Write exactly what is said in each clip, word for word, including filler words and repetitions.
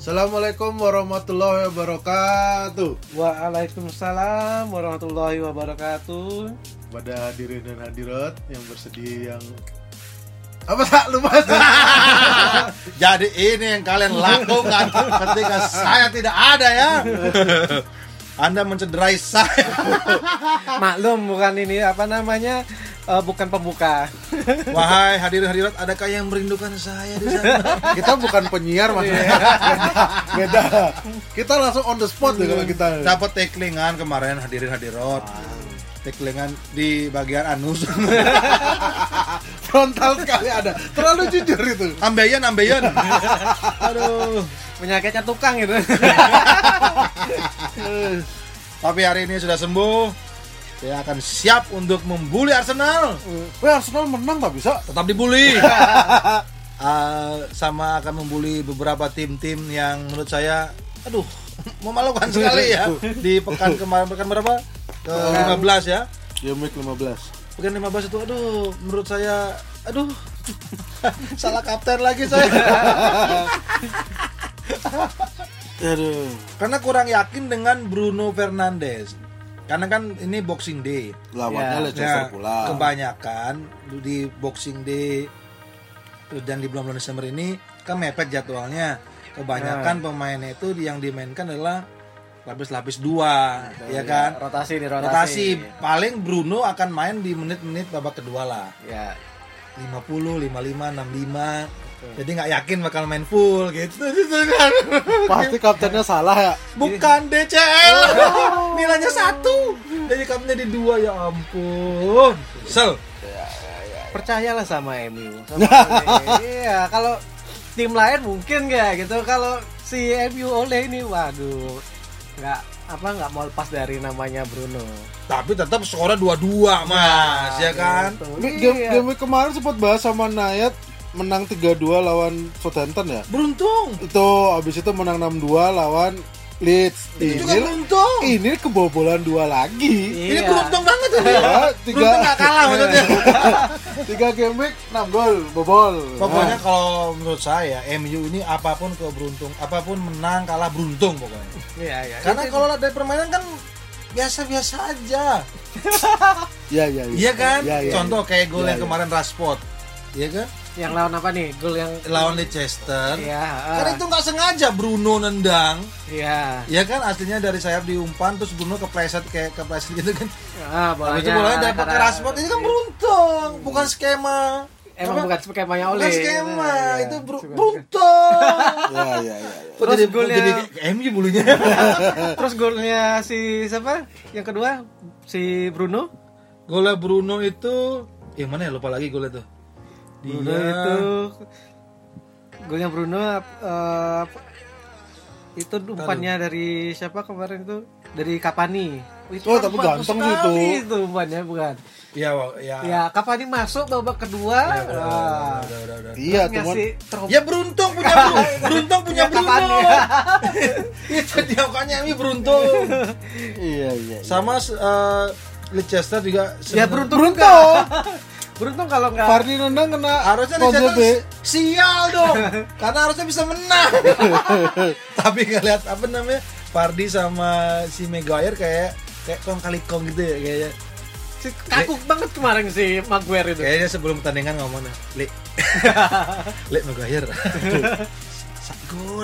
Assalamualaikum warahmatullahi wabarakatuh. Waalaikumsalam warahmatullahi wabarakatuh. Pada hadirin dan hadirat yang bersedia yang apa tak lupa. Jadi ini yang kalian lakukan ketika saya tidak ada ya. Anda mencederai saya. Maklum bukan ini apa namanya uh, bukan pembuka. Wahai hadirin hadirat, adakah yang merindukan saya di sana? Kita bukan penyiar maksudnya. Beda, beda. Kita langsung on the spot deh kalau kita. Dapat teklingan kemarin hadirin hadirat. Teklingan di bagian anus. Frontal sekali ada. Terlalu jujur itu. Ambeien ambeien. Aduh. Penyakitnya tukang itu. Tapi hari ini sudah sembuh. Saya akan siap untuk membuli Arsenal. Wah, Arsenal menang nggak bisa? Tetap dibully. uh, sama akan membuli beberapa tim-tim yang menurut saya, aduh, memalukan sekali ya. Di pekan kemarin, pekan berapa? Ke lima belas ya. Game week lima belas. Pekan lima belas itu, aduh, menurut saya, aduh, salah kapten lagi saya. Aduh. Karena kurang yakin dengan Bruno Fernandes. Karena kan ini Boxing Day. Lawannya Ya, Leicester Nah, pula. kebanyakan di Boxing Day dan di bulan-bulan Desember ini kan mepet jadwalnya. Kebanyakan pemainnya itu yang dimainkan adalah lapis-lapis dua, ya kan? Rotasi nih, Rotasi. rotasi. Paling Bruno akan main di menit-menit babak kedua lah. Ya. lima puluh, lima puluh lima, enam puluh lima. Jadi nggak yakin bakal main full gitu. Pasti kaptennya salah ya. Bukan D C L. Nilainya satu. Jadi kaptennya di dua, ya ampun. Sel. Percayalah sama M U. Sama M U. Iya, kalau tim lain mungkin nggak gitu. Kalau si M U oleh ini, waduh, nggak apa nggak mau lepas dari namanya Bruno. Tapi tetap skornya dua-dua, Mas, ya kan? Gitu. Ini game, Iya. game week kemarin sempat bahas sama Nayat menang tiga dua lawan Southampton ya. Beruntung. Itu abis itu menang enam dua lawan Leeds. Itu juga Ini beruntung. ini kebobolan dua lagi. Ini Iya. beruntung banget ini. Ya, tiga Beruntung nggak kalah maksudnya. tiga game week enam gol bobol. Pokoknya Nah, kalau menurut saya M U ini apapun keberuntung, apapun menang kalah beruntung pokoknya. Iya, iya. Karena Itu- kalau dari permainan kan biasa-biasa aja. ya ya ya. Iya kan? Ya, ya, Contoh kayak gol Ya, yang ya. kemarin Rashford. Iya kan? yang lawan apa nih? Gol yang Lawan Leicester. Iya, Kan ah. itu nggak sengaja Bruno nendang. Iya. Ya kan aslinya dari sayap diumpan terus Bruno kepleset kayak kepleset gitu kan. Ah, Habis itu bolanya dapat ke Rashford, ini kan beruntung, bukan skema. Emang Apa? bukan skemanya oleh. Bukan skema, Iya. itu ber- beruntung. Ya ya ya. ya. Kok Terus jadi, golnya- jadi kayak M U bulunya. Terus golnya si siapa? Yang kedua si Bruno. Golnya Bruno itu yang mana ya, lupa lagi golnya tuh. Bruno itu golnya Bruno uh, itu umpannya dari siapa kemarin itu? Dari Cavani. Itu Oh, kan tapi bagus ganteng sih sekali itu. itu umpannya bukan. Iya, ya. Ya, Cavani masuk babak kedua. Ya, udah, ah, udah, udah, udah, udah. Iya, terus teman. ngasih terobosan. Ya beruntung punya Bruno, beruntung punya Ya, Bruno. Cavani. Itu dia makanya M U beruntung. Iya iya. Sama uh, Leicester juga Ya sebenarnya- beruntung. Beruntung. Beruntung kalau enggak Fardi nendang kena harusnya Konsul B. Leicester sial dong. Karena harusnya bisa menang. Tapi nggak lihat apa namanya Fardi sama si Maguire kayak kayak kong kali kong gitu ya kayaknya. si kaku banget kemarin si Maguire itu. Kayaknya sebelum pertandingan ngomongnya, Le, Le Maguire, gol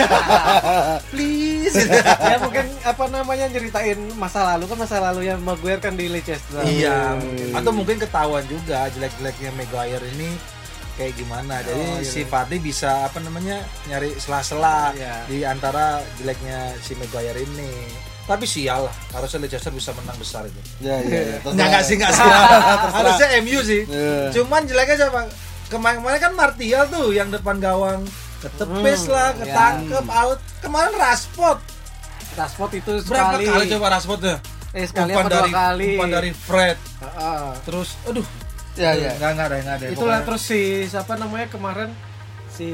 please. Ya mungkin apa namanya nyeritain masa lalu kan masa lalu yang Maguire kan di Leicester. Iya, atau mungkin ketahuan juga jelek-jeleknya Maguire ini kayak gimana. Jadi Oh, iya. si Fardi bisa apa namanya nyari sela-sela Iya. di antara jeleknya si Maguire ini. Tapi sial lah, harusnya Leicester bisa menang besar itu. Ya ya. Enggak enggak sih enggak sih. Harusnya M U sih. Iya. Cuman jeleknya siapa? Kemarin-kemarin kan Martial tuh yang depan gawang ketepis Hmm, lah, ketangkep, out. Kemarin Rashford. Rashford itu Berapa sekali. kali coba Rashfordnya? Eh sekali Umpan apa dua dari kali. umpan dari Fred. Heeh. Terus aduh, Ya ya. enggak enggak ada enggak ada. Itulah pokoknya. terus si siapa namanya kemarin si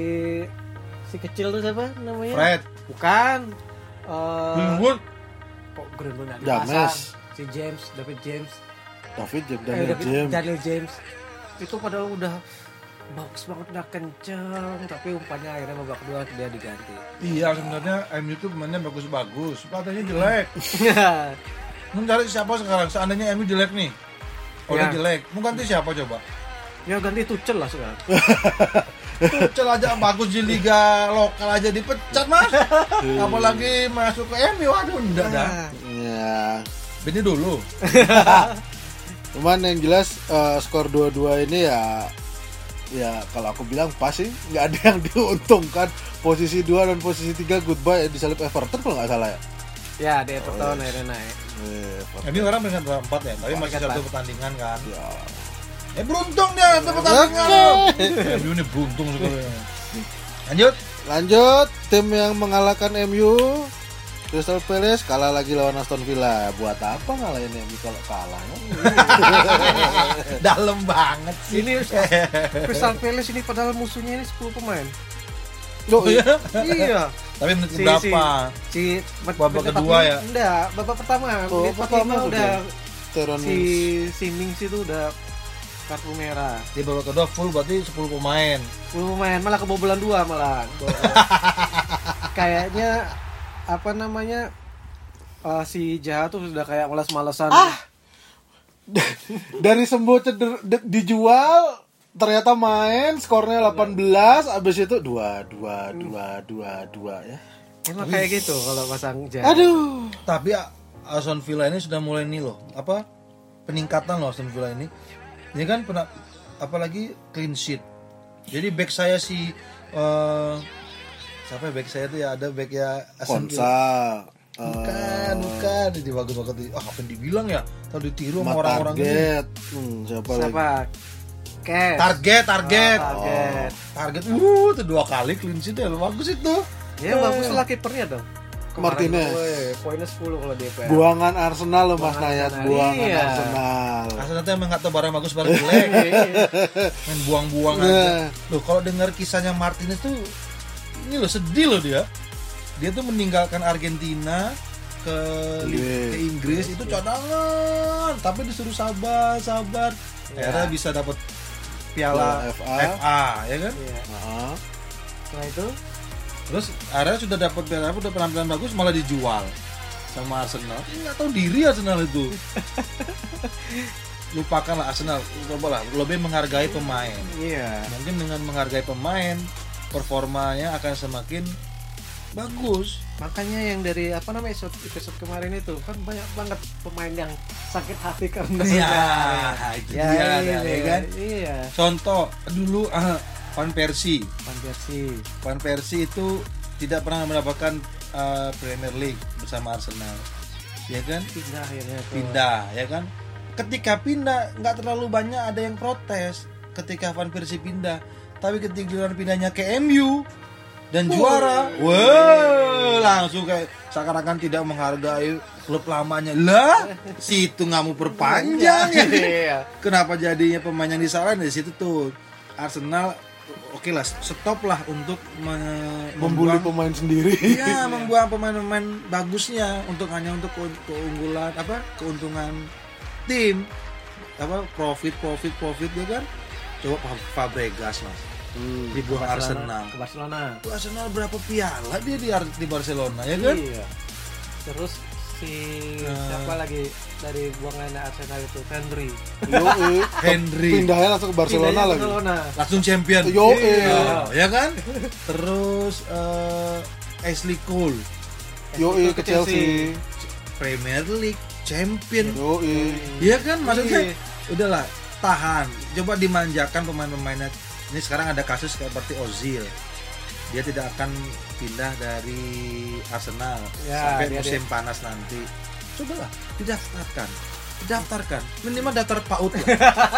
si kecil tuh siapa namanya? Fred. Bukan. Eh Greenwood. kok Greenwood nggak James. dipasang? Si James, David James. David James Eh, Daniel David- James. Daniel James. Itu padahal udah bagus banget udah kenceng, tapi umpannya akhirnya babak kedua dia diganti. Iya, sebenarnya M U itu pemainnya bagus-bagus, pelatihnya jelek. Mencari siapa sekarang? Seandainya M U jelek nih, Oleh Ya. jelek, mau ganti siapa coba? Ya ganti Tuchel lah sekarang. Tuchel aja bagus di liga lokal aja dipecat mas, apalagi masuk ke M U, aduh enggak dah. Ya. Ini dulu. Cuman yang jelas eh, skor dua dua ini ya ya kalau aku bilang pas sih, nggak ada yang diuntungkan. Posisi dua dan posisi tiga goodbye disalip Everton kalau nggak salah ya. Ya di Everton Oh, akhirnya naik. Eh, Everton. M U orang peringkat empat ya, tapi masih Peringkat satu empat. pertandingan kan. Ya. Eh beruntung dia satu pertandingan. M U ini beruntung sekali. Lanjut. Lanjut, tim yang mengalahkan M U Crystal Palace kalah lagi lawan Aston Villa. Buat apa ngalahin M U kalau kalah ya? Dalam banget sih. Ini Crystal Palace ini padahal musuhnya ini sepuluh pemain. Loh, Oh, iya? Iya. Tapi menit Si- berapa? Si Babak menit kedua empat puluh ya? Enggak, babak pertama. Oh, Menit pertama empat puluh lima udah Teron si si Mings itu udah kartu merah. Di babak kedua full berarti sepuluh pemain. sepuluh pemain malah kebobolan dua malah. Kayaknya apa namanya? eh, si Jaha tuh sudah kayak malas-malesan. Ah! Dari Sembo ceder de- dijual ternyata main skornya delapan belas, abis itu dua dua dua dua dua ya. Emang kayak gitu kalau pasang Jaha. Aduh. Tapi Aston Villa ini sudah mulai nih loh, apa peningkatan loh Aston Villa ini. Ini kan pernah apalagi clean sheet. Jadi back saya si eh, siapa ya back saya tuh ya, ada back ya Aston Villa. Konsa. Bukan, bukan. Ini bagus banget. Ah, apa yang dibilang ya? Kalau ditiru sama Mat orang-orang ini. target. Hmm, siapa, Siapa? lagi? Cash. Target, target. Oh, target. Target. Uh, itu dua kali clean sheet ya. Bagus itu. Ya bagus lah kipernya dong. Martinez. Weh, poinnya sepuluh kalau D P R. Buangan Arsenal loh Mas Buangan Nayat, Arsenal. buangan Iya. Arsenal. Asal nanti emang nggak tahu barang bagus barang jelek. Main buang-buang aja. Nah. Loh, kalau dengar kisahnya Martinez tuh ini loh sedih loh dia. Dia tuh meninggalkan Argentina ke Inggris. ke Inggris itu cadangan, tapi disuruh sabar, sabar. Ya. Akhirnya bisa dapat piala Piala F A. F A, ya kan? Iya. Nah, Setelah itu Terus akhirnya sudah dapat piala, udah penampilan bagus malah dijual sama Arsenal. Ini nggak tahu diri Arsenal itu. Lupakanlah Arsenal, cobalah lebih menghargai pemain. iya. Mungkin dengan menghargai pemain, performanya akan semakin bagus. Makanya yang dari apa namanya episode, episode kemarin itu kan banyak banget pemain yang sakit hati karena Iya, itu ya, dia, iya, ya kan? Iya. Contoh dulu ah, Van Persie. Van Persie. Van Persie itu tidak pernah mendapatkan uh, Premier League bersama Arsenal, ya kan? Pindah akhirnya ke Pindah, ya kan? Ketika pindah nggak terlalu banyak ada yang protes ketika Van Persie pindah, tapi ketika giliran pindahnya ke M U dan juara, wah langsung kayak seakan-akan tidak menghargai klub lamanya. Lah, situ nggak mau perpanjang ya. Iya. Kenapa jadinya pemain yang disalahin dari situ tuh Arsenal? Oke lah, stop lah untuk me- membuli membuang- pemain sendiri. Iya, membuang pemain-pemain bagusnya untuk hanya untuk ke- keunggulan apa keuntungan tim, apa profit profit profit ya kan. Coba Fa- Fabregas mas Hmm. dibuang Barcelona- Arsenal. Ke Barcelona. Itu Arsenal berapa piala dia di, Ar- di Barcelona ya kan? Iya. Terus si Nah. siapa lagi dari buangannya Arsenal itu Henry. Yoi. Henry Pindahnya langsung ke Barcelona Pindahnya lagi. Barcelona. langsung champion. Yoi. Iya, ya kan? Terus eh, Ashley Cole Yoi ke Chelsea. Premier League champion. Yoi. Iya kan, maksudnya Iya. udahlah tahan, coba dimanjakan pemain-pemainnya. Ini sekarang ada kasus kayak seperti Ozil, dia tidak akan pindah dari Arsenal Ya, sampai dia- musim panas nanti. Cobalah didaftarkan, didaftarkan minimal daftar PAUD lah.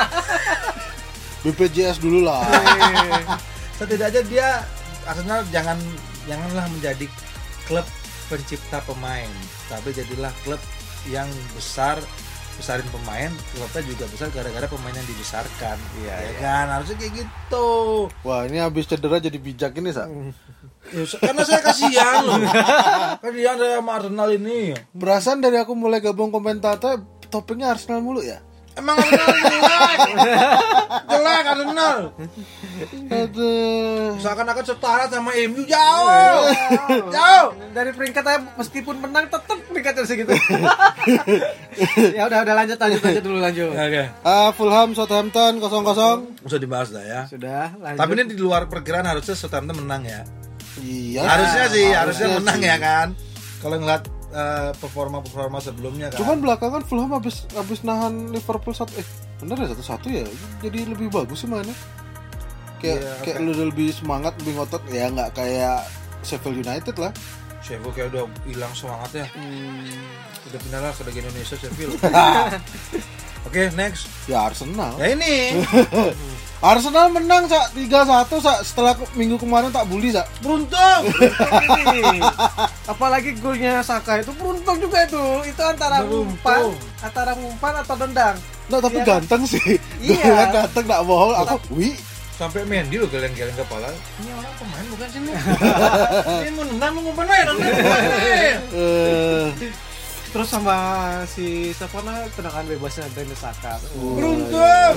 B P J S dulu lah. Setidaknya dia Arsenal jangan janganlah menjadi klub pencipta pemain, tapi jadilah klub yang besar, besarin pemain, klubnya juga besar gara-gara pemain yang dibesarkan. Iya, Ya iya. kan, harusnya kayak gitu. Wah, ini habis cedera jadi bijak ini, Sa. Ya, se- karena saya kasihan loh. Kasihan saya sama Arsenal ini. Perasaan dari aku mulai gabung komentator, topiknya Arsenal mulu ya. Emang Arsenal jelek. Jelek Arsenal. Aduh. Seakan-akan setara sama M U jauh. Jauh. Dari peringkatnya meskipun menang tetap peringkatnya segitu. Ya udah udah lanjut lanjut lanjut dulu lanjut. Oke. Ah, Fulham Southampton kosong kosong. Usah dibahas dah ya. Sudah lanjut. Tapi ini di luar perkiraan harusnya Southampton menang ya. Iya. Harusnya sih, harusnya, harusnya menang sih. ya kan. Kalau ngeliat eh, performa-performa sebelumnya kan. Cuman belakangan Fulham habis habis nahan Liverpool satu eh bener ya satu satu ya. Jadi lebih bagus sih mainnya. Kayak Iya, kayak oke. lu lebih semangat, lebih ngotot ya nggak kayak Sheffield United lah. Sheffield kayak udah hilang semangat ya. Udah pindah lah ke Liga Indonesia Sheffield. Oke, next. Ya Arsenal. Ya ini. Arsenal menang Sak tiga satu Sak setelah ke- minggu kemarin tak bully Sak. Beruntung. Ini. Apalagi golnya Saka itu beruntung juga itu. Itu antara Beruntung. umpan, antara umpan atau dendang. Nah, tapi Iya kan? ganteng sih. Iya. Dia ganteng enggak bohong. Aku, wih. Sampai Mendy lo geleng-geleng kepala. Ini orang pemain bukan sih lu. Ini mau nendang lu ngumpan aja nendang. Eh, Terus sama si siapa nah tendangan bebasnya Granit Xhaka. Beruntung.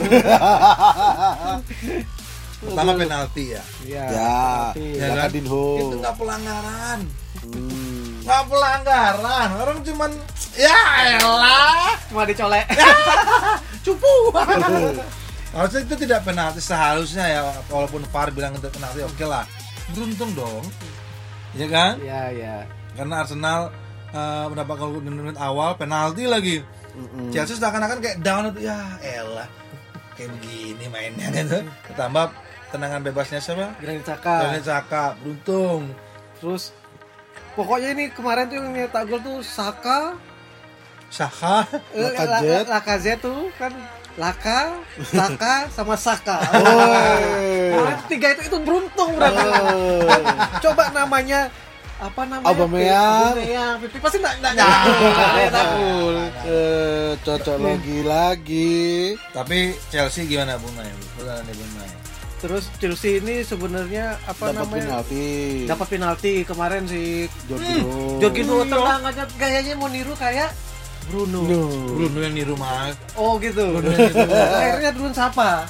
Pertama penalti ya. Iya. ya. penalti. Ya Ya kan? Kadinho. Itu nggak pelanggaran. Hmm. Nggak pelanggaran. Orang cuman ya elah. Cuma dicolek. Cupu. Harusnya itu tidak penalti seharusnya ya, walaupun V A R bilang itu penalti oke lah. Beruntung dong. Iya kan? Iya, iya. Karena Arsenal uh, mendapatkan gol di menit awal penalti lagi. Mm-mm. Chelsea seakan-akan kayak down itu ya elah. Kayak begini mainnya gitu. Ditambah tendangan bebasnya siapa? Granit Xhaka. Granit Xhaka, beruntung. Terus pokoknya ini kemarin tuh yang nyetak gol tuh Saka, Saka, eh, Lacazette. La- Lacazette tuh kan Laka, Saka sama Saka. Woi. Nah, tiga itu itu beruntung berarti. Coba namanya apa namanya? Aubameyang. Aubameyang. Pipi pasti enggak enggak nyetak gol. Eh, cocok lagi-lagi. tapi Chelsea gimana Bunga ya? Perjalanan di Bunga ya? Terus Chelsea ini sebenarnya apa Dapat namanya? penalti. Dapat penalti kemarin si Jorginho. Jorginho tendangannya gayanya mau niru kayak Bruno. No. Bruno yang di rumah. Oh gitu. Akhirnya dulu siapa?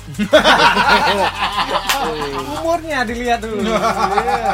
Umurnya dilihat dulu. Iya.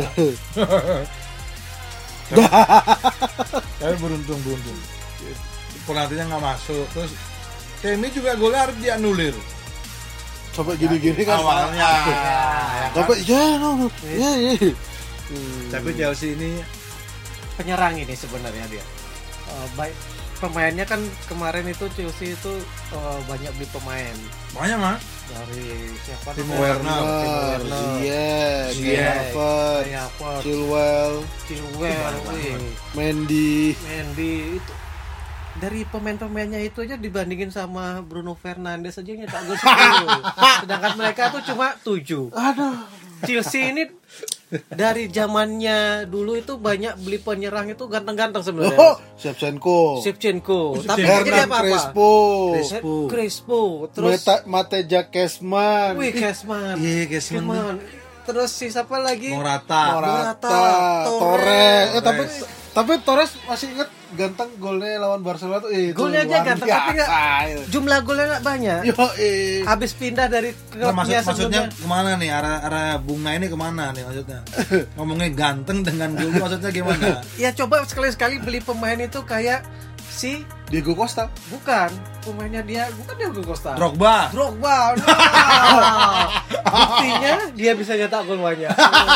Tapi beruntung beruntung. Penaltinya nggak masuk. Terus Kemi juga golnya harus dianulir. Sampai gini-gini kan. Awalnya. Sampai ya no. no. Ya ya. Tapi Chelsea ini Penyerang ini sebenarnya dia. Eh, baik pemainnya kan kemarin itu Chelsea itu eh, banyak beli pemain banyak mah. dari siapa Timo namanya? Werner. Timo Werner. Ziyech, Ziyech. Havertz, Kayak apa? Chilwell, Chilwell, wih. Mendy. Mendy itu dari pemain-pemainnya itu aja dibandingin sama Bruno Fernandes aja nyetak gol sepuluh. Sedangkan mereka tuh cuma tujuh. Aduh. Chelsea ini dari zamannya dulu itu banyak beli penyerang itu ganteng-ganteng sebenarnya. Oh, Shevchenko. Shevchenko. Tapi Shevchenko. jadi Hernan apa-apa. Crespo. Crespo. Crespo. Terus Meta, Mateja Kesman. wih Kesman. Iya, Kesman. Kesman. Terus si siapa lagi? Morata. Morata, Morata, Torres. Eh tapi Torres. tapi Torres masih inget ganteng golnya lawan Barcelona tuh. Eh, itu Golnya aja luar ganteng tapi nggak biasa. jumlah golnya nggak banyak. Yo, eh. Habis pindah dari Nah, maksud, klubnya maksudnya sebelumnya. kemana nih arah arah Bunga ini kemana nih maksudnya? Ngomongnya ganteng dengan gol maksudnya gimana? Ya coba sekali-sekali beli pemain itu kayak si Diego Costa. bukan pemainnya dia bukan Diego Costa. Drogba. Drogba. Nah, buktinya dia bisa nyetak gol banyak.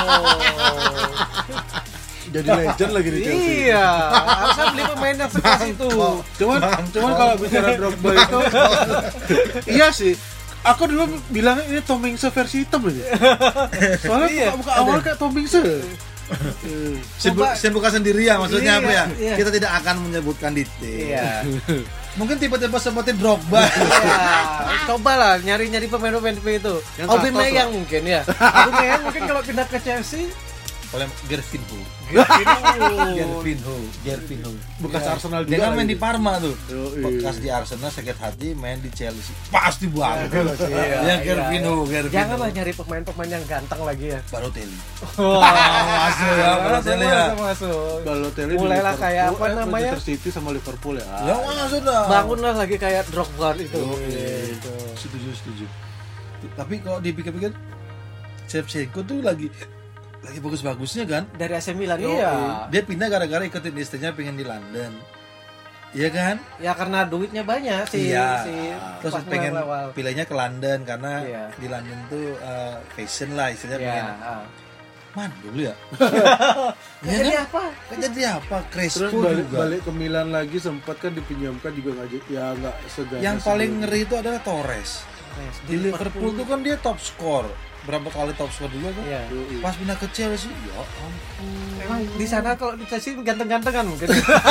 Oh. Jadi legend lagi di Chelsea. Iya, harusnya beli pemain yang sekelas itu. Cuman cuman kalau bicara Drogba itu iya sih. Aku dulu bilang ini Tom Mingse versi hitam aja. Soalnya Iya. buka awal kayak Tom Mingse. Sibuk, Coba- sibuk sendiri ya maksudnya Iya, apa ya? iya. Kita tidak akan menyebutkan detail. Iya. Mungkin tipe-tipe seperti Drogba. Iya, cobalah nyari-nyari pemain-pemain seperti itu. Yang Aubameyang Kratos mungkin ya. Aubameyang mungkin kalau pindah ke Chelsea Oleh Gervinho. Gervinho. Gervinho, Gervinho. Bekas Ya. Arsenal Dia juga kan main lagi. di Parma tuh. Yoi. Bekas di Arsenal sakit hati, main di Chelsea. Pasti bagus. Iya, Ya Gervinho, Gervinho. Janganlah nyari pemain-pemain yang ganteng lagi ya. Balotelli. Wah, masuk ya, Balotelli ya. Masuk, masuk. Balotelli di Mulailah Liverpool, kayak apa eh, namanya? Manchester City sama Liverpool ya. Ya masuk dah. Bangunlah lagi kayak Drogba itu. Yoi. Gitu. Setuju, setuju. Tapi kalau dipikir-pikir Shevchenko tuh lagi lagi bagus-bagusnya kan. Dari A C Milan Yoi. iya. Dia pindah gara-gara ikutin istrinya pengen di London. Iya kan? Ya karena duitnya banyak sih Iya. si Terus pas pengen awal. pilihnya ke London karena Iya. di London tuh uh, fashion lah istilahnya Iya. pengen. ah. Man dulu ya. Ya, Iya jadi kan? apa? Kan jadi apa? Terus Crespo balik, juga. balik ke Milan lagi sempat kan dipinjamkan juga nggak j- ya nggak seganas Yang paling sebelumnya. ngeri itu adalah Torres. Di Liverpool tuh kan dia top score. Berapa kali top score juga kan? Iya. Yoi. Pas pindah ke Chelsea, ya ampun. Emang di sana kalau di Chelsea ganteng-gantengan mungkin.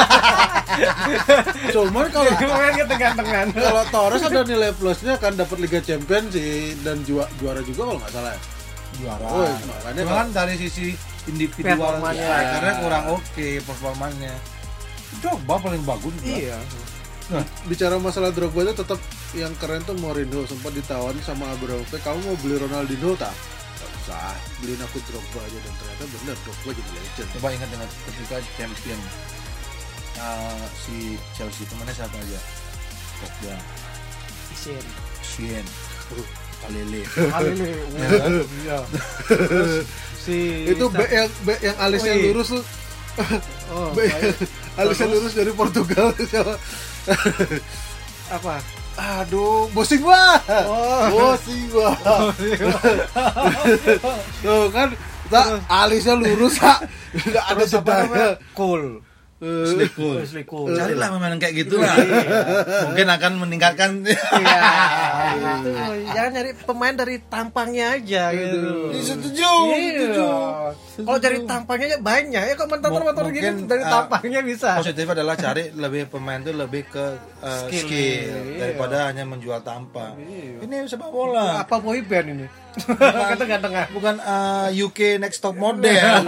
Cuman kalau Main ganteng-gantengan. kalau Torres ada nilai plusnya kan dapat Liga Champions sih dan juara juara juga kalau nggak salah ya. Juara. Oh, makanya Cuma kan dari sisi individual Performanya. ya, karena kurang oke performanya. Drogba paling bagus juga. Iya. Bicara masalah Drogba itu tetap yang keren tuh Mourinho sempat ditawarin sama Abramovich, kamu mau beli Ronaldinho tak? Gak usah, beliin aku Drogba aja, dan ternyata bener Drogba jadi legend. Coba ingat dengan ketika champion uh, si Chelsea temannya siapa aja? Pogba, Isin. Shien, Kalele. Alele. Iya. Terus si Itu be yang be yang alisnya Wih. lurus tuh, Oh, be alisnya lurus dari Portugal siapa? apa? Aduh, bosing wah, Oh. bosing wah. Tuh kan, tak alisnya lurus tak, nggak ada Terus apa namanya? jedanya. Cool. Wesley Cole. Wesley Cole. Carilah pemain kayak gitu lah. Mungkin akan meningkatkan. Iya. Itu jangan nyari pemain dari tampangnya aja gitu. Ini setuju. Iya. setuju. Kalau dari tampangnya aja banyak ya, kalau mentor-mentor Mungkin, gini dari uh, tampangnya bisa. Positif adalah cari lebih pemain tuh lebih ke uh, Skill. skill, Iya. daripada hanya menjual tampang. Iya. Ini sepak bola. Apa boy band ini? Ganteng-gantengan. Bukan uh, U K Next Top Model.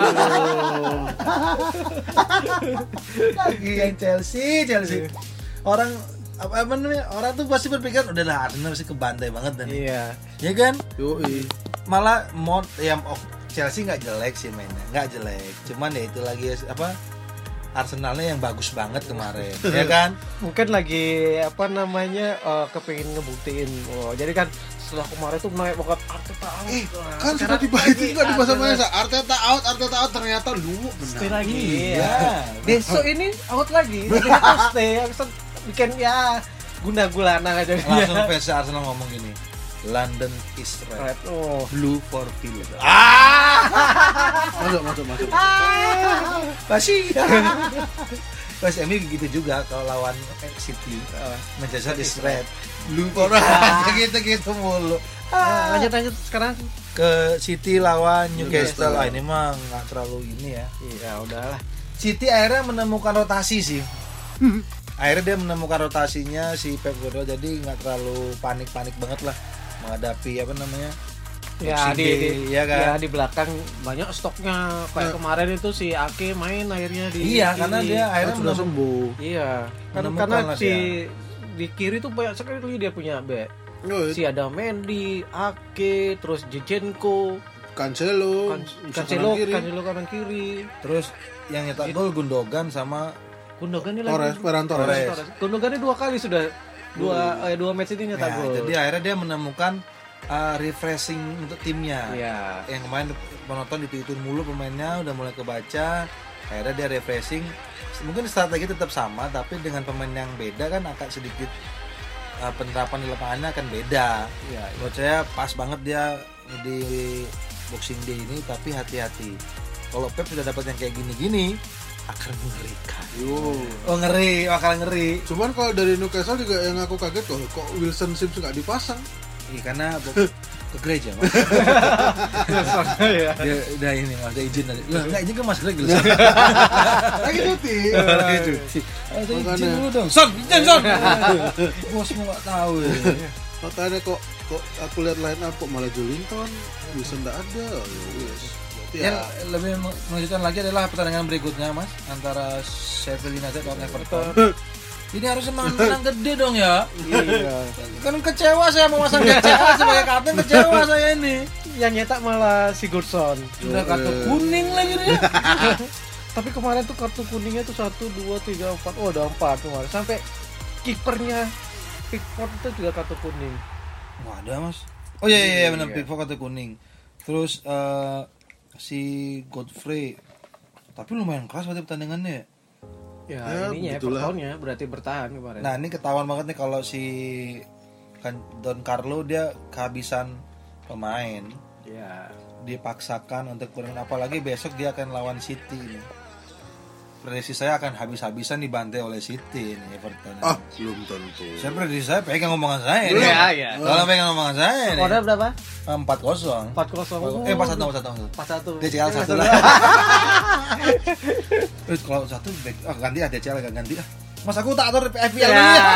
Lagi yang Chelsea, Chelsea. Orang apa, apa namanya? Orang tuh pasti berpikir udahlah Arsenal pasti kebantai banget dan Iya. ya kan? Yoi. Malah mod yang oh, Chelsea nggak jelek sih mainnya, nggak jelek. Cuman ya itu lagi apa? Arsenalnya yang bagus banget kemarin, ya kan? Mungkin lagi apa namanya uh, kepingin ngebuktiin. Oh, jadi kan setelah kemarin tuh naik banget Arteta out. Eh, Nah, kan sudah sekarang dibahas lagi juga di masa Arsenal masa Arteta out, Arteta out ternyata lu stay benar. lagi. Iya. Iya. Besok ini out lagi. Jadi tuh stay bisa bikin ya guna gulana aja. Langsung fans Arsenal ngomong gini, London is red, Red. Oh. blue for Villa. Ah, Masuk, masuk, masuk. pasti. Pas M U gitu juga kalau lawan City, Uh, Manchester is red, blue for gitu-gitu mulu. Nah, lanjut lanjut sekarang. Ke City lawan Newcastle, ah, ini mah nggak terlalu ini ya. Iya, udahlah. City akhirnya menemukan rotasi sih. Akhirnya dia menemukan rotasinya si Pep Guardiola, jadi nggak terlalu panik-panik banget lah menghadapi apa namanya. Ya Boxing di, Day, di ya kan? ya di belakang banyak stoknya kayak Nah. kemarin itu si Ake main akhirnya di Iya, kiri. karena dia Kan akhirnya sudah menemukan sembuh. Iya, kan Menemukan karena lah si dia. di kiri tuh banyak sekali dia punya back. Yoi. Si ada Mendy, Ake, terus Zinchenko, Cancelo, Kan- bisa Cancelo, kanan kiri. Cancelo kanan kiri. terus yang nyetak gol Gundogan sama Gundogan ini Torres, lagi. Ferran Torres. Torres. Gundogan ini dua kali sudah dua eh, dua match ini nyetak ya, gol. jadi akhirnya dia menemukan uh, refreshing untuk timnya. Iya. Yang kemarin penonton itu mulu pemainnya udah mulai kebaca, akhirnya dia refreshing. Mungkin strategi tetap sama tapi dengan pemain yang beda kan akan sedikit uh, penerapan di lapangannya akan beda. Iya. Menurut saya pas banget dia di Boxing Day ini, tapi hati-hati. Kalau Pep sudah dapat yang kayak gini-gini akan mengerikan. Yo. Oh ngeri, bakal ngeri. Cuman kalau dari Newcastle juga yang aku kaget kok, kok Wilson Sims nggak dipasang. Iya karena bo- ke gereja mas. Iya. Dia udah ini mas, udah izin tadi. Lah nggak izin ke mas Greg dulu. Lagi cuti. Lagi cuti. Ada izin Makanya. dulu dong. Son, izin son. Bos mau nggak tahu. Ya. Makanya kok kok aku lihat line up kok malah Jolinton bisa ndak ada. Ya wes. Berarti Yang ya lebih mengejutkan lagi adalah pertandingan berikutnya Mas antara Sheffield United lawan Everton. Ini harusnya menang gede dong ya. Iya. Kan kecewa saya memasang kecewa sebagai kapten, kecewa saya ini. Yang nyetak malah Sigurdsson. Udah kartu kuning lagi dia. Tapi kemarin tuh kartu kuningnya tuh satu, dua, tiga, empat. Oh, ada empat kemarin. Sampai kipernya Pickford itu juga kartu kuning. Wah, ada Mas. Oh iya iya, iya benar Iya. Pickford kartu kuning. Terus eh, si Godfrey. Tapi lumayan keras berarti pertandingannya. Ya, Ya, ininya begitulah. Evertonnya berarti bertahan kemarin. Nah, ini ketahuan banget nih kalau si kan Don Carlo dia kehabisan pemain. Ya. Dipaksakan untuk kurang, apalagi besok dia akan lawan City ini. Prediksi saya akan habis-habisan dibantai oleh City ini Everton. ah belum tentu. Saya prediksi saya pegang omongan saya ini. Iya, iya. Kalau pegang omongan saya ini. Skornya berapa? empat kosong. empat kosong. Eh empat satu empat satu. empat satu. D C L satu lah. Eh kalau satu back, ah ganti ah D C L agak ganti ah. Mas aku tak atur F P L Ya. dulu ya.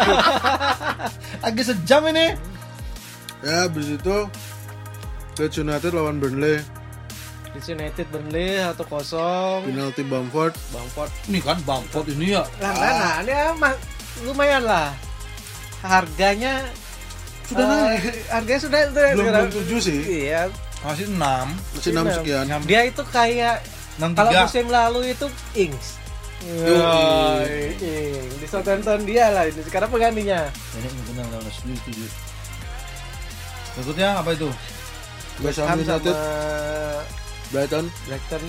Agak sejam ini. Ya habis itu Leeds United lawan Burnley, Leeds United Burnley satu kosong. penalti Bamford. Bamford Ini kan Bamford ini ya. langganan ya mah lumayan lah. Harganya Sudah eh, naik. Harganya sudah sudah Belum sekarang. belum tujuh sih. Iya. Masih enam. Masih enam sekian. Dia itu kayak enam kalau tiga. musim lalu itu Ings. Yoi. Ings. Di Southampton dia lah ini. Sekarang penggantinya. Ini benar benar setuju setuju. Berikutnya apa itu? West Ham Ham sama United, Brighton Brighton.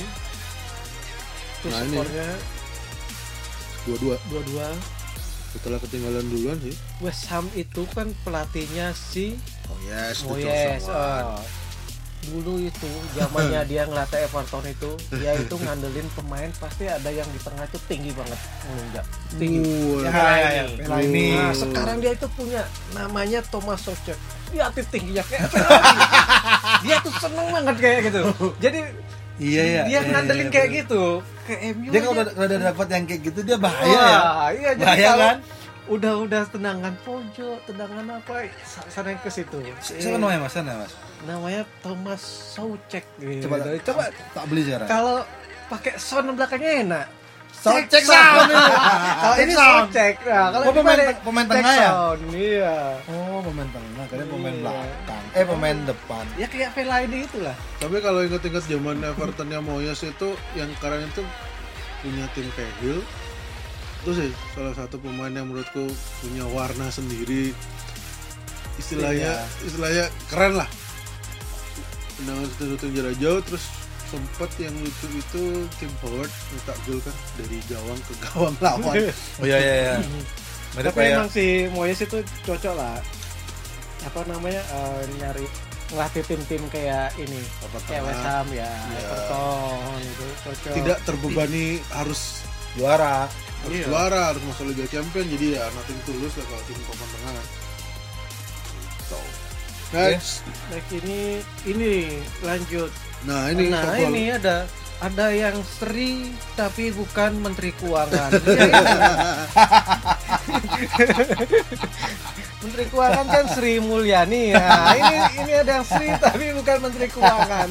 Terus Nah, ini. skornya dua-dua. dua dua. Setelah ketinggalan duluan sih. West Ham itu kan pelatihnya si Oh yes, Oh yes. oh. Dulu itu zamannya dia ngelatih Everton itu, dia itu ngandelin pemain pasti ada yang di tengah itu tinggi banget menunjuk. Tinggi. Uh, Ya, ya, ya, ya. ini. Fellaini. Nah, sekarang dia itu punya namanya Thomas Soucek. Dia tuh tingginya kayak dia tuh seneng banget kayak gitu. Jadi Iya ya. dia iya, ngandelin iya, kayak bener. gitu. Ke M U Dia kalau aja. udah, kalau udah dapat yang kayak gitu dia bahaya ya. Wah, iya jadi Bahaya kalau kan? udah udah tendangan pojok, tendangan apa sana ke situ. Siapa namanya Mas? Sana Mas. Namanya Thomas Soucek gitu. Coba coba tak beli sekarang. Kalau pakai sound belakangnya enak. Soucek sound ini. Kalau ini Soucek. Nah, kalau Oh, pemain- ini pemain Check tengah ya? sound, iya. Oh, pemain tengah, kalian pemain Iya. belakang. Eh, pemain depan. Ya kayak Fellaini itulah. Tapi kalau inget-inget zaman Evertonnya Moyes itu yang keren itu punya tim Cahill. Itu sih salah satu pemain yang menurutku punya warna sendiri. Istilahnya Iya. istilahnya keren lah. Tendangan shooting jarak jauh, terus sempat yang lucu itu Tim Howard nyetak gol kan dari gawang ke gawang lawan. Oh iya iya iya. Mirip Tapi kayak emang si Moyes itu cocok lah. Apa namanya eh, nyari ngelatih tim-tim kayak ini. Apa Kayak tengah. West Ham ya, Iya. Everton itu cocok. Tidak terbebani harus juara. harus Iya. juara, harus masuk Liga Champions, jadi ya nothing tulus lah kalau tim papan tengah kan. So, next. Next ini ini lanjut. Nah ini Nah football. ini ada ada yang Sri tapi bukan Menteri Keuangan. Ya, ini. Menteri Keuangan kan Sri Mulyani ya. Ini ini ada yang Sri tapi bukan Menteri Keuangan.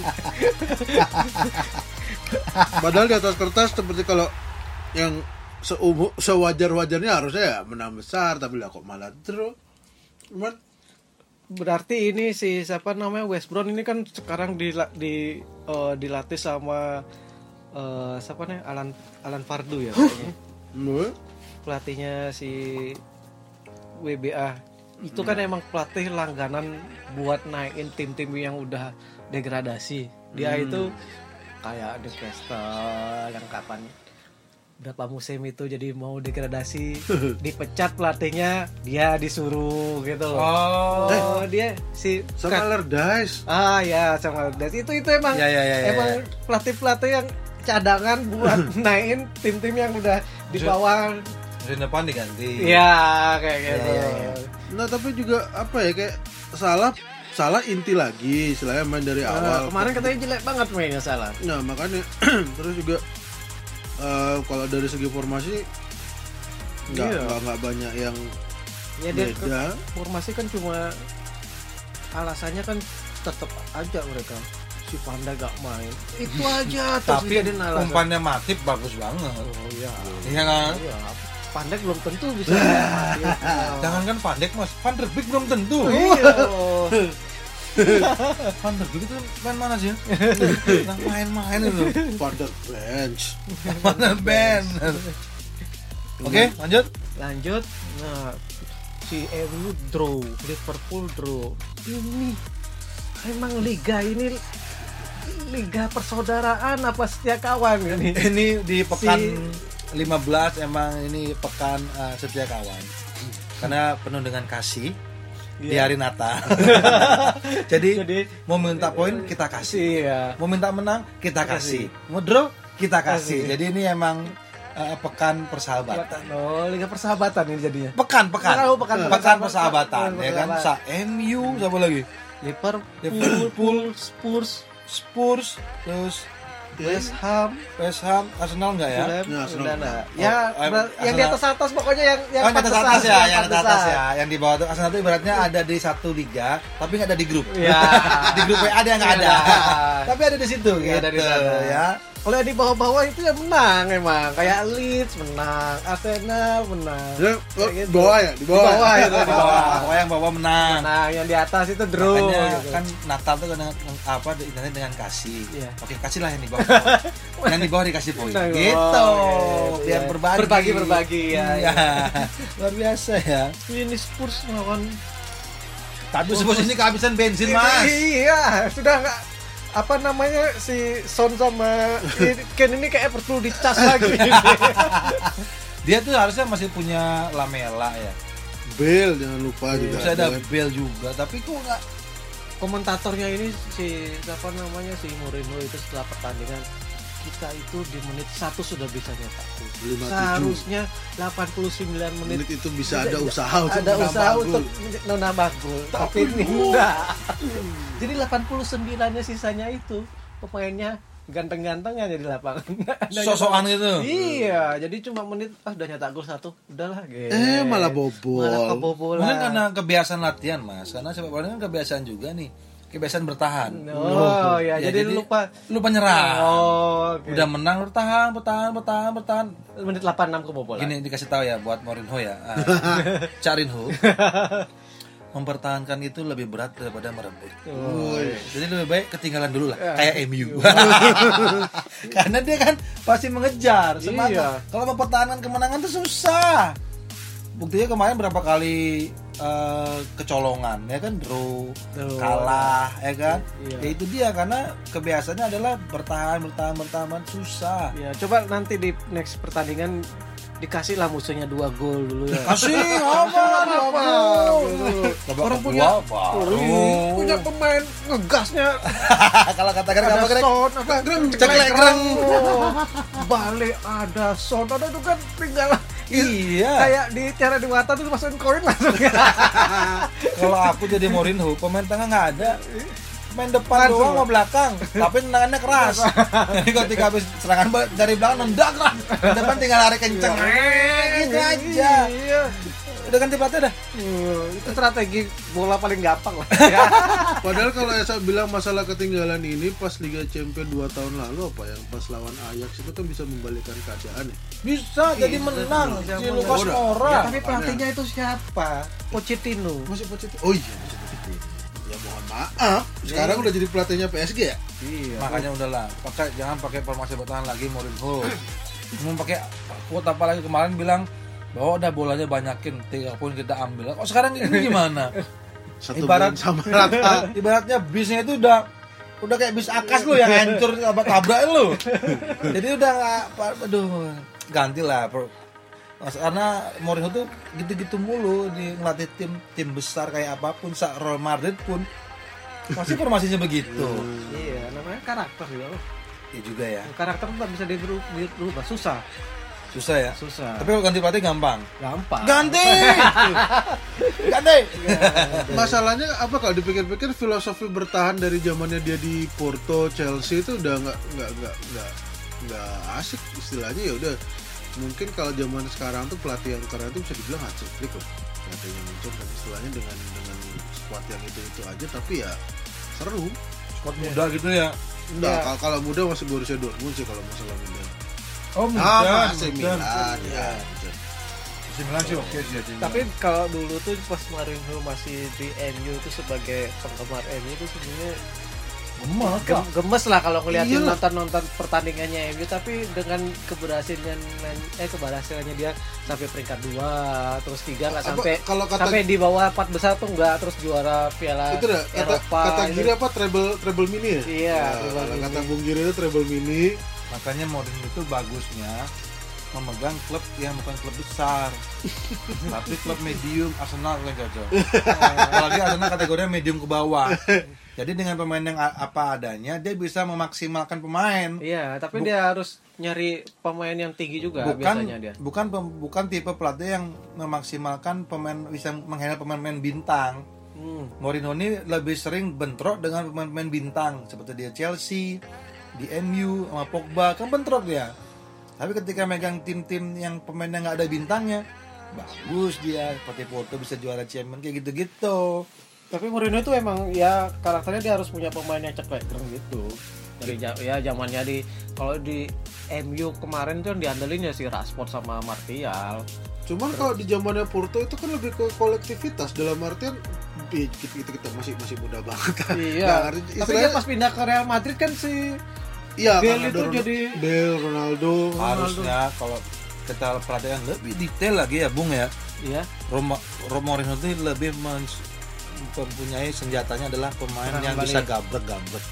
Padahal di atas kertas seperti kalau yang seumu, sewajar-wajarnya harusnya ya menang besar, tapi lah kok malah draw. Cuman Berarti ini si siapa namanya West Brom ini kan sekarang di di eh, dilatih sama eh, siapa nih Alan Alan Fardu ya kayaknya. menurut Pelatihnya si W B A itu kan emang pelatih langganan buat naikin tim-tim yang udah degradasi. Dia Hmm. itu kayak Newcastle yang kapan berapa musim itu jadi mau degradasi dipecat pelatihnya dia disuruh gitu loh. Oh. Oh, dia si sama Allardyce. ah ya sama dan itu itu emang Ya, ya, ya, ya, emang ya. pelatih-pelatih yang cadangan buat naikin tim-tim yang udah di bawah. Musim depan diganti. Iya kayak gitu. Ya, ya, ya. Nah tapi juga apa ya kayak salah salah inti lagi, istilahnya main dari Nah, awal. kemarin katanya jelek banget mainnya salah. Nah makanya terus juga eh, kalau dari segi formasi nggak Iya. nggak nggak banyak yang Ya dia beda. formasi kan cuma alasannya kan tetap aja mereka si Panda gak main. Itu aja terus Tapi dijadiin alasan. umpannya Matip bagus banget. Oh iya. Iya kan? Iya. Pandai belum tentu bisa mati. Jangankan Pandek Mas, Van der Beek belum tentu. Iya. Van der Beek itu main mana sih? Nah, main-main itu. Pada bench. Mana band? Oke, lanjut. Lanjut. Nah, si M U draw, Liverpool draw. Ini emang liga ini liga persaudaraan apa setia kawan ini? Ini di pekan Si- lima belas emang ini pekan uh, setia kawan. Karena penuh dengan kasih di Iya. hari Natal. Jadi, Jadi mau minta poin kita kasih. Iya. Mau minta menang kita kasih. Mau draw kita kasih. Kasih. Jadi ini emang uh, pekan persahabatan. Oh, liga persahabatan ini jadinya. Pekan pekan. Oh, pekan- pekan, pekan persahabatan persahabatan. ya kan. Sa M U siapa lagi? Liverpool, Liverpool, Spurs, Spurs, terus West Ham, West Ham, Arsenal enggak ya? Fulham, Ya, Arsenal. udah nah. Oh, Ya, eh, ber- yang di Arsenal. atas atas pokoknya yang yang Oh, yang di atas atas ya, yang di atas pantesan. ya, yang di bawah itu Arsenal itu ibaratnya ada di satu liga, tapi nggak ada di grup. Iya. Di grup W A ada yang nggak ada, Iya. tapi ada di situ, Iya, gitu ada di sana. ya. Kalau yang di bawah-bawah itu yang menang emang. Kayak Leeds menang, Arsenal menang. Ya, oh, Kayak gitu. bawah ya, di bawah. Di bawah ya? itu, Di bawah, pokoknya yang bawah menang. Nah, yang di atas itu draw. Makanya gitu. kan Natal tuh dengan apa identik dengan kasih. Iya. Oke, kasihlah yang di bawah. Yang di bawah dikasih poin. Nah, Gitu. oh, Biar iya. berbagi. Berbagi, berbagi, ya, Iya. Luar biasa ya. Ini Spurs melawan Tapi Spurs ini kehabisan bensin, Mas. Iya, sudah nggak apa namanya si Son sama Ken ini kayak perlu dicas lagi. Dia tuh harusnya masih punya Lamela ya. Bale jangan lupa juga. Terus ada kan. Bale juga, tapi kok nggak. Komentatornya ini si siapa namanya si Mourinho itu setelah pertandingan kita itu di menit satu sudah bisa nyetak gol. lima puluh tujuh. Seharusnya delapan puluh sembilan menit Menit itu bisa ada usaha untuk ada menambah usaha gol. untuk menambah gol, tapi ini enggak. Jadi delapan puluh sembilan-nya sisanya itu pemainnya ganteng-gantengnya jadi lapangan. Ada Sosokan nyetak- gitu. Iya, jadi cuma menit ah udah nyetak gol satu, udahlah gitu. Eh, malah bobol. Malah kebobolan. Mungkin karena kebiasaan latihan, Mas. Karena sepak bola kan kebiasaan juga nih. Kebiasaan bertahan. Oh, ya, jadi, lupa lupa nyerah. Oh, oke. Udah menang bertahan, bertahan, bertahan, bertahan. menit delapan puluh enam kebobolan. Gini dikasih tahu ya buat Mourinho ya. Ah, Carinho. Mempertahankan itu lebih berat daripada merebut. Oh, iya. Jadi lebih baik ketinggalan dulu lah, Ya. kayak M U. Karena dia kan pasti mengejar semangat. Iya. Kalau mempertahankan kemenangan itu susah. Buktinya kemarin berapa kali eh, kecolongan, ya kan, draw, Draw. kalah, ya kan. Iya. Ya itu dia karena kebiasaannya adalah bertahan, bertahan, bertahan, susah. Ya, coba nanti di next pertandingan dikasih lah musuhnya dua gol dulu ya. Kasih apa? apa? Babak Orang kedua, punya baru. punya pemain ngegasnya. Kalau katakan Ada apa Greg? Son, apa greng, Ceklek, greng. Balik ada Son, ada itu kan tinggal Iya. kayak di cara di mata tuh masukin koin langsung. Kalau aku jadi Mourinho, pemain tengah nggak ada. Main depan Langsung. doang sama belakang, tapi tendangannya keras. Jadi ketika habis serangan bal- dari belakang nendang keras. Depan tinggal lari kenceng. Eh, gitu aja. Iya. Udah ganti pelatih dah. Uh, itu strategi bola paling gampang lah. Padahal kalau Esa bilang masalah ketinggalan ini pas Liga Champions dua tahun lalu apa yang pas lawan Ajax itu kan bisa membalikkan keadaan ya. Bisa jadi Iya, menang. bisa Si menang. Lucas Udah. Moura. Ya, tapi pelatihnya itu siapa? Pochettino. Masih Pochettino. Oh iya, masih Pochettino. Ya mohon maaf, sekarang udah jadi pelatihnya P S G ya. Iya. Makanya udahlah, pakai jangan pakai formasi bertahan lagi Mourinho. Mau pakai quote apa lagi kemarin bilang bahwa udah bolanya banyakin, tiga poin kita ambil. Kok sekarang ini gimana? Satu Ibarat- bulan sama rata. Ibaratnya bisnya itu udah udah kayak bis akas lu yang hancur apa tabrak lu. Jadi udah nggak- aduh, gantilah bro. Mas, karena Mourinho tuh gitu-gitu mulu di ngelatih tim tim besar kayak apapun, sa Real Madrid pun pasti formasinya begitu. Iya, namanya karakter juga loh. Ya juga ya. Karakter tuh nggak bisa diberubah, dirubah, susah. Susah ya. Susah. Tapi kalau ganti pelatih gampang. gampang. Ganti. Ganti. Masalahnya apa kalau dipikir-pikir filosofi bertahan dari zamannya dia di Porto, Chelsea itu udah nggak nggak nggak nggak nggak asik istilahnya ya udah. Mungkin kalau zaman sekarang tuh pelatih yang keren itu bisa dibilang Hansi Flick loh. Strategi muncul dan istilahnya dengan dengan squad yang itu itu aja, tapi ya seru. Squad muda gitu ya. Enggak, Ya. kalau, kalau muda masih Borussia Dortmund sih kalau masalah muda. Oh muda, Ah, A C muda. Milan ya. A C Milan sih oke sih. A C Milan. Tapi kalau dulu tuh pas Mourinho masih di M U itu sebagai penggemar M U itu sebenarnya gemes gem- gemes lah kalau ngeliatin Iyalah. nonton-nonton pertandingannya M U, tapi dengan keberhasilan eh keberhasilannya dia sampai peringkat dua terus tiga nggak Apa, sampai kalau kata sampai di bawah empat besar tuh nggak, terus juara Piala itu dah kata Eropa kata itu. Giri apa treble treble mini ya? Iya, Nah, treble kalau mini. kata Bung Giri itu treble mini. Makanya Mourinho itu bagusnya memegang klub yang bukan klub besar, tapi klub medium. Arsenal yang cocok. Apalagi Arsenal kategorinya medium ke bawah. Jadi dengan pemain yang a- apa adanya, dia bisa memaksimalkan pemain. Iya, tapi Buk- dia harus nyari pemain yang tinggi juga bukan biasanya dia. bukan pem- bukan tipe pelatih yang memaksimalkan pemain, bisa menghandle pemain-pemain bintang. Hmm. Mourinho ini lebih sering bentrok dengan pemain-pemain bintang seperti dia Chelsea, di M U sama Pogba, kan bentrok dia. Tapi ketika megang tim-tim yang pemainnya nggak ada bintangnya, bagus dia. Seperti Porto bisa juara Champions kayak gitu-gitu. Tapi Mourinho itu emang ya karakternya dia harus punya pemain yang ceklek gitu. Dari ja- ya zamannya di kalau di M U kemarin tuh yang diandelin ya si Rashford sama Martial. Cuman kalau di zamannya Porto itu kan lebih ke kolektivitas, dalam artian eh, kita, kita, kita masih masih muda banget kan. Iya. Nggak ngerti, Tapi dia istilahnya- pas pindah ke Real Madrid kan si iya, Bale karena itu ada Ron- jadi- Bale, Ronaldo. Harusnya kalau kita perhatikan lebih detail lagi ya Bung ya, iya Roma, Roma Mourinho itu lebih men- mempunyai senjatanya adalah pemain Serang yang balik. bisa gabrek-gabrek.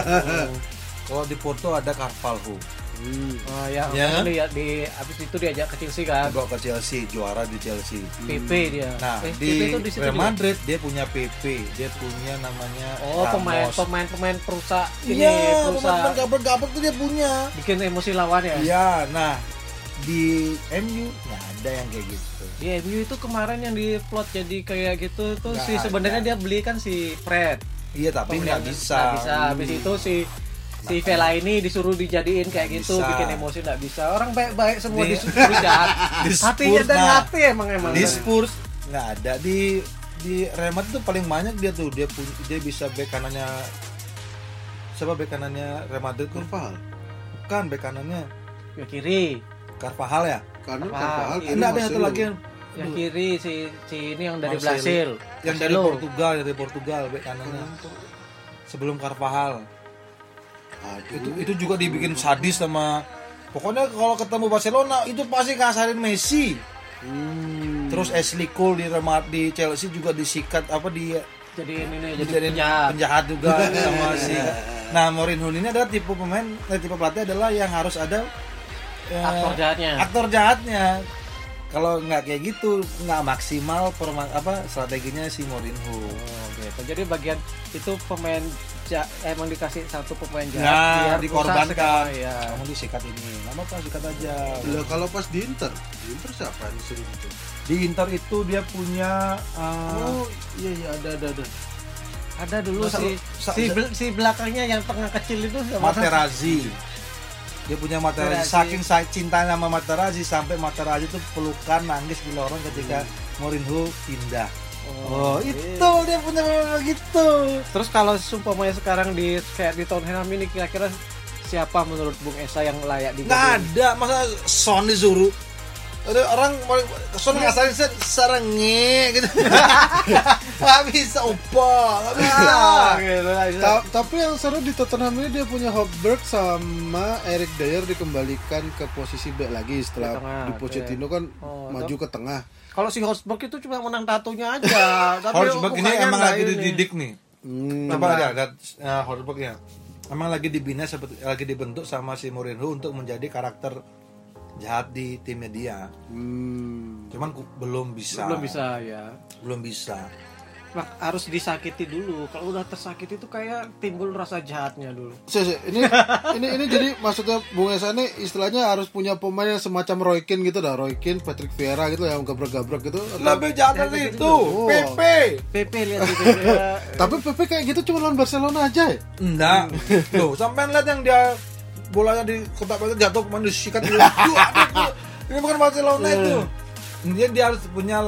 Kalau di Porto ada Carvalho, Hmm. oh, ya, Ya. kan dia di habis itu diajak ke Chelsea kan. bawa ke Chelsea, juara di Chelsea. P P dia. Nah, eh, di P P itu di situ Real juga? Madrid dia punya P P, dia punya namanya Oh, pemain Ramos. pemain pemain perusahaan ini Iya, perusahaan pemain gabrek-gabrek tuh dia punya. bikin emosi lawan ya. Iya, nah di M U nggak ada yang kayak gitu. Di M U itu kemarin yang di plot jadi kayak gitu tuh Nggak si sebenarnya ada. dia beli kan si Fred. Iya, tapi nggak Pembelian- bisa. nggak bisa. Habis itu si si Vela ini disuruh dijadiin kayak Nggak gitu, bisa. bikin emosi nggak bisa. Orang baik-baik semua Di- disuruh jahat. Di Hatinya Spurs, dan nah. hati emang emang. Di Spurs nggak ada, di di Real Madrid tuh paling banyak dia tuh dia punya, dia bisa bek kanannya siapa bek kanannya Real Madrid tuh? Carvajal. Bukan bek kanannya Ya kiri. Carvajal ya. Karena Apa? Carvajal Iya, kiri Enggak ada satu Marcelo. lagi yang Yang aduh, kiri si si ini yang dari Marcelo. Brasil. yang dari Marcelo. Portugal, dari Portugal bek kanannya. Sebelum Carvajal. Aduh. Itu itu juga dibikin sadis sama, pokoknya kalau ketemu Barcelona itu pasti kasarin Messi. Hmm. Terus Ashley Cole di Real Madrid, di Chelsea juga disikat apa di Jadi ini nih jadi dijadiin penjahat. penjahat juga sama si. Nah, Mourinho ini adalah tipe pemain, eh, tipe pelatih adalah yang harus ada eh, Aktor jahatnya. aktor jahatnya. Kalau nggak kayak gitu, nggak maksimal perma- apa strateginya si Mourinho. Oh, gitu. Jadi bagian itu pemain ja, emang dikasih satu pemain jahat Nah, biar dikorbankan. usaha sekarang, ya. Kamu disikat ini, nggak apa-apa sikat aja. Lah, kalau pas di Inter, di Inter siapa yang disuruh gitu? Di Inter itu dia punya uh, Oh, iya iya ada ada ada. Ada dulu Masa si lu- sa- si, sa- bel- si belakangnya yang tengah kecil itu sama- Materazzi. Dia punya Materazzi. Materazzi. Saking saya cinta sama Materazzi sampai Materazzi itu pelukan nangis di lorong ketika Mourinho pindah. Oh, itu dia punya begitu. Terus kalau sumpamanya sekarang di kayak di Tottenham ini kira-kira siapa menurut Bung Esa yang layak Nggak diganti? ada, masa Son disuruh. Ada orang Son ngasarin sarangnya gitu. Nggak bisa opa, nggak bisa. gitu lah, bisa. Ta- tapi yang seru di Tottenham ini dia punya Hofberg sama Eric Dyer dikembalikan ke posisi back lagi Di setelah tengah, di Pochettino kan Oh, maju ke tengah. Kalau si Hosberg itu cuma menang tatunya aja. Tapi Horsberg ini mukanya emang enggak lagi ini. dididik nih. Hmm. Coba ada, ada uh, Horsberg ya. Emang lagi dibina seperti lagi dibentuk sama si Mourinho untuk menjadi karakter jahat di timnya dia. Hmm. Cuman ku- belum bisa. Belum bisa ya. Belum bisa. Nah, harus disakiti dulu. Kalau udah tersakiti itu kayak timbul rasa jahatnya dulu. Se- se- ini ini ini jadi maksudnya Bung Esa ini istilahnya harus punya pemain yang semacam Roy Keane gitu dah, Roy Keane, Patrick Vieira gitu yang gabrek-gabrek gitu. Atau- Lebih jahat dari itu. Oh. P P. P P lihat di P P ya. Tapi Pepe kayak gitu cuma lawan Barcelona aja ya. Enggak. Tuh, sampai lihat yang dia bolanya di kotak penalti jatuh kemana disikat dulu. Aduh, aduh, aduh. Ini bukan Barcelona itu. Dia dia harus punya lah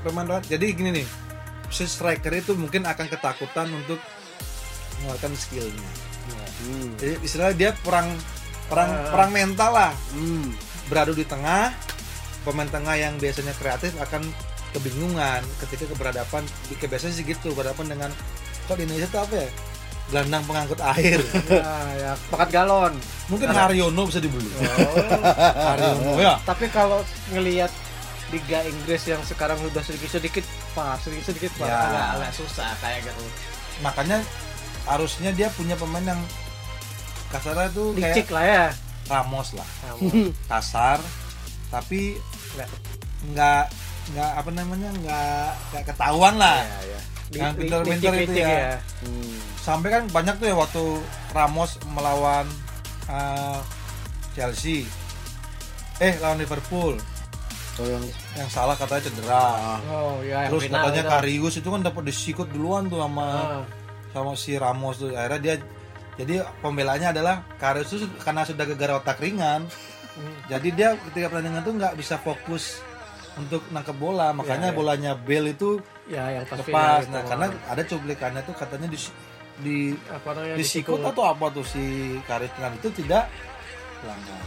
pemain jadi gini nih, si striker itu mungkin akan ketakutan untuk mengeluarkan skillnya. Hmm. Jadi istilahnya dia perang perang Uh. perang mental lah. Hmm. Beradu di tengah, pemain tengah yang biasanya kreatif akan kebingungan ketika keberadaban, kebiasaan sih gitu, berhadapan dengan kok di Indonesia itu apa ya? Gelandang pengangkut air. Ya, ya, pakat galon. Mungkin Haryono bisa dibeli. Oh. Haryono ya. Tapi kalau ngelihat Liga Inggris yang sekarang udah sedikit-sedikit pak, sedikit-sedikit pak, Ya. agak, agak susah kayak gitu. Makanya harusnya dia punya pemain yang kasarnya tuh Licik kayak lah ya. Ramos lah. Kamu. Kasar tapi Nggak. nggak nggak apa namanya nggak nggak ketahuan lah. Ya, ya. Yang pintar-pintar itu Licik-licik ya. Hmm. Sampai kan banyak tuh ya waktu Ramos melawan uh, Chelsea, eh lawan Liverpool, Oh, yang yang salah katanya cedera. Oh ya. yang Terus final katanya itu. Karius itu kan dapat disikut duluan tuh sama Ah. sama si Ramos tuh. Akhirnya dia jadi pembelaannya adalah Karius itu karena sudah gegar otak ringan, Hmm. jadi dia ketika pertandingan tuh nggak bisa fokus untuk nangkep bola, makanya Ya, ya. bolanya Bale itu Ya yang pas final lepas. itu. Nah, karena ada cuplikannya tuh katanya di di apa namanya disikut atau apa tuh si Karius dengan itu tidak pelanggaran.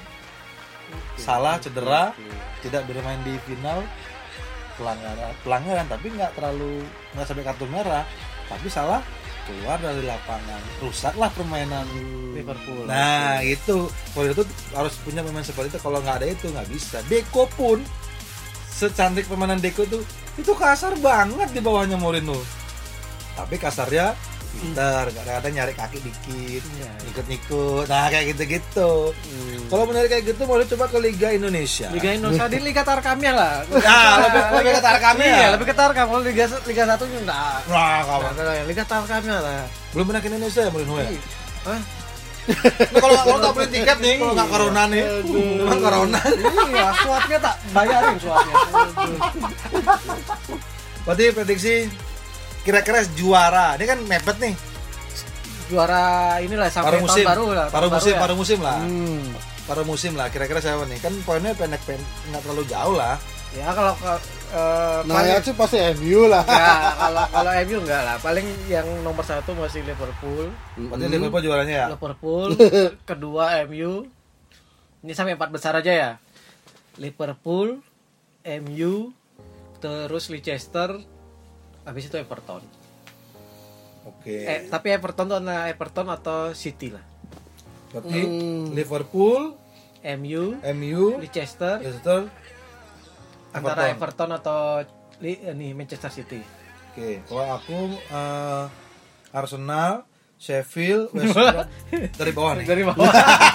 Salah, cedera, tidak bermain di final, pelanggaran, pelanggaran tapi nggak terlalu nggak sampai kartu merah, tapi salah keluar dari lapangan, rusaklah permainan Liverpool. Nah itu, kalau itu harus punya pemain seperti itu. Kalau nggak ada itu nggak bisa. Deco pun secantik permainan Deco tuh itu kasar banget di bawahnya Mourinho. Tapi kasarnya pintar, kadang-kadang nyari kaki dikit, Iya, iya. ikut-ikut. Nah kayak gitu-gitu. Hmm. Kalau menarik kayak gitu, boleh coba ke Liga Indonesia. Liga Indonesia di Liga Tarkamnya lah. Nah, lebih lebih ke Tarkamnya. Iya, lebih ke Tarkam. Kalau Liga Liga satu enggak. Nah, kawan. Nah, Liga Tarkamnya lah. Belum pernah ke Indonesia ya Mourinho ya? Hah? Nah, kalau kalau nggak beli tiket nih, kalau nggak corona nih, memang corona. Iya, suapnya tak bayarin suapnya. Berarti prediksi kira-kira juara. Ini kan mepet nih. Juara inilah sampai Paruh musim, tahun baru lah. paruh tahun musim, baru ya. paruh musim lah. Hmm. Paruh musim lah. Kira-kira siapa nih? Kan poinnya pendek-pendek, nggak terlalu jauh lah. Ya kalau ke- eh, Nah, paling ya sih pasti M U lah. ya, kalau kalau M U enggak lah. Paling yang nomor satu masih Liverpool. Berarti Liverpool juaranya ya. Liverpool, kedua M U. Ini sampai empat besar aja ya. Liverpool, M U, terus Leicester, habis itu Everton. Oke. Eh, tapi Everton tuh antara Everton atau City lah. Berarti Hmm. Liverpool, M U, M U, Leicester, Leicester, antara Everton. Everton atau li, ini Manchester City. Oke. Kalau aku eh, Arsenal, Sheffield, West Brom. Dari bawah nih. Dari bawah.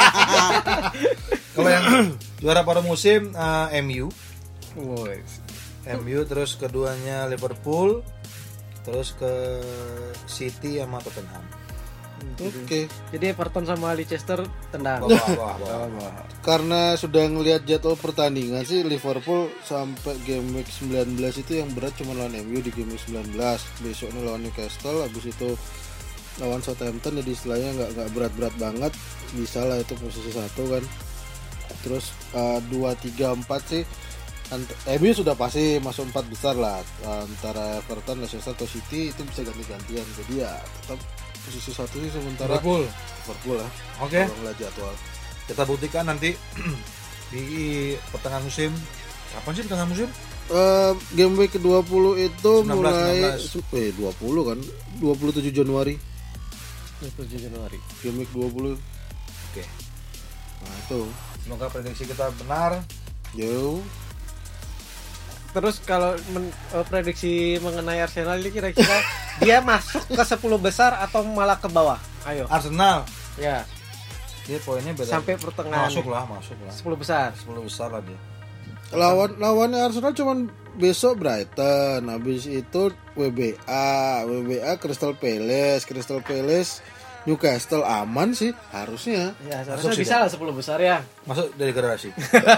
Kalau yang juara paruh musim eh, M U, Woi. M U terus keduanya Liverpool, terus ke City sama Tottenham. Oke. Jadi Everton sama Leicester tendang. Bawah, bawah, bawah. Karena sudah ngelihat jadwal pertandingan sih, Liverpool sampai game week sembilan belas itu yang berat cuma lawan M U di game week sembilan belas. Besoknya lawan Newcastle, habis itu lawan Southampton, jadi istilahnya nggak nggak berat-berat banget, bisa lah itu posisi satu kan. Terus uh, dua tiga empat sih ant- M U sudah pasti masuk empat besar lah, antara Everton, Leicester atau City itu bisa ganti-gantian, jadi ya tetap posisi satu sih sementara Liverpool. Liverpool lah. Oke. Kalau ngeliat jadwal. Kita buktikan nanti di pertengahan musim. Kapan sih pertengahan musim? Uh, game week ke dua puluh itu sembilan belas, mulai sembilan belas. eh dua puluh kan, dua puluh tujuh Januari. tujuh Januari. Game week dua puluh. Oke. Nah, itu. Semoga prediksi kita benar. Yo. Terus kalau men- eh, prediksi mengenai Arsenal ini kira-kira dia masuk ke sepuluh besar atau malah ke bawah? Ayo. Arsenal. Ya, Dia poinnya beda. sampai pertengahan. masuk lah, masuk lah. sepuluh besar. sepuluh besar lah dia. Lawan lawannya Arsenal cuman besok Brighton, habis itu W B A, W B A Crystal Palace, Crystal Palace Newcastle, aman sih harusnya. Ya, Masuk seharusnya sih, bisa lah sepuluh besar ya. Masuk dari generasi.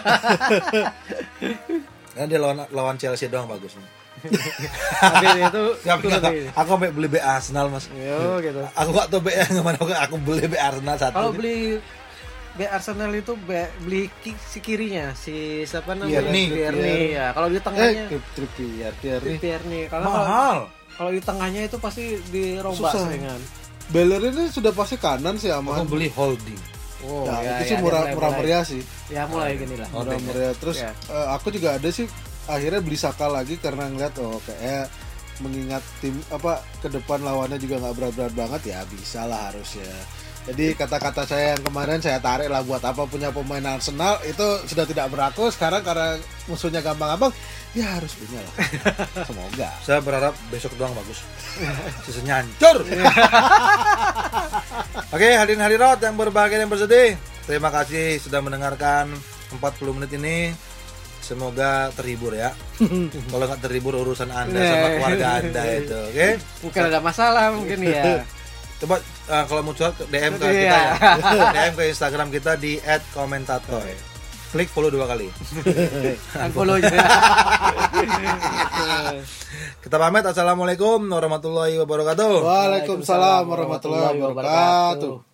Kan dia lawan lawan Chelsea doang bagus nih. Habis itu Gak, turun gak, lagi. aku sampai beli B Arsenal mas. Yo gitu. Aku gak tau B yang mana, aku beli B Arsenal satu. Kalau beli B Arsenal itu be- beli ki- si kirinya, si siapa namanya? Tierney. Tierney. Ya, kalau di tengahnya Eh, Trippier, Tierney. Tierney. Kalau Mahal. kalau di tengahnya itu pasti dirombak Susah. selingan. Bellerin ini sudah pasti kanan sih Aku aman. beli holding. Oh, Ya, ya, itu ya, sih dia murah mulai- murah mulai- meriah sih. Ya mulai gini lah. Oh, Murah Holding, meriah. Terus Ya. eh, aku juga ada sih akhirnya beli Saka lagi karena ngeliat oh kayak mengingat tim apa ke depan lawannya juga nggak berat-berat banget ya bisa lah harusnya. Jadi kata-kata saya yang kemarin saya tarik lah buat apa punya pemain Arsenal itu sudah tidak berlaku sekarang karena musuhnya gampang-gampang ya harus punya lah. Semoga. Saya berharap besok doang bagus. Sisanya hancur. Oke, hadirin hadirat yang berbahagia dan bersedih, terima kasih sudah mendengarkan empat puluh menit ini. Semoga terhibur ya. Kalau nggak terhibur urusan Anda sama keluarga Anda itu, oke? Bukan ada masalah mungkin ya. Coba uh, kalau mau curhat D M ke Iya. kita ya. D M ke Instagram kita di et komentator. Klik follow dua kali. Unfollow aja. Kita pamit. Assalamualaikum warahmatullahi wabarakatuh. Waalaikumsalam warahmatullahi wabarakatuh.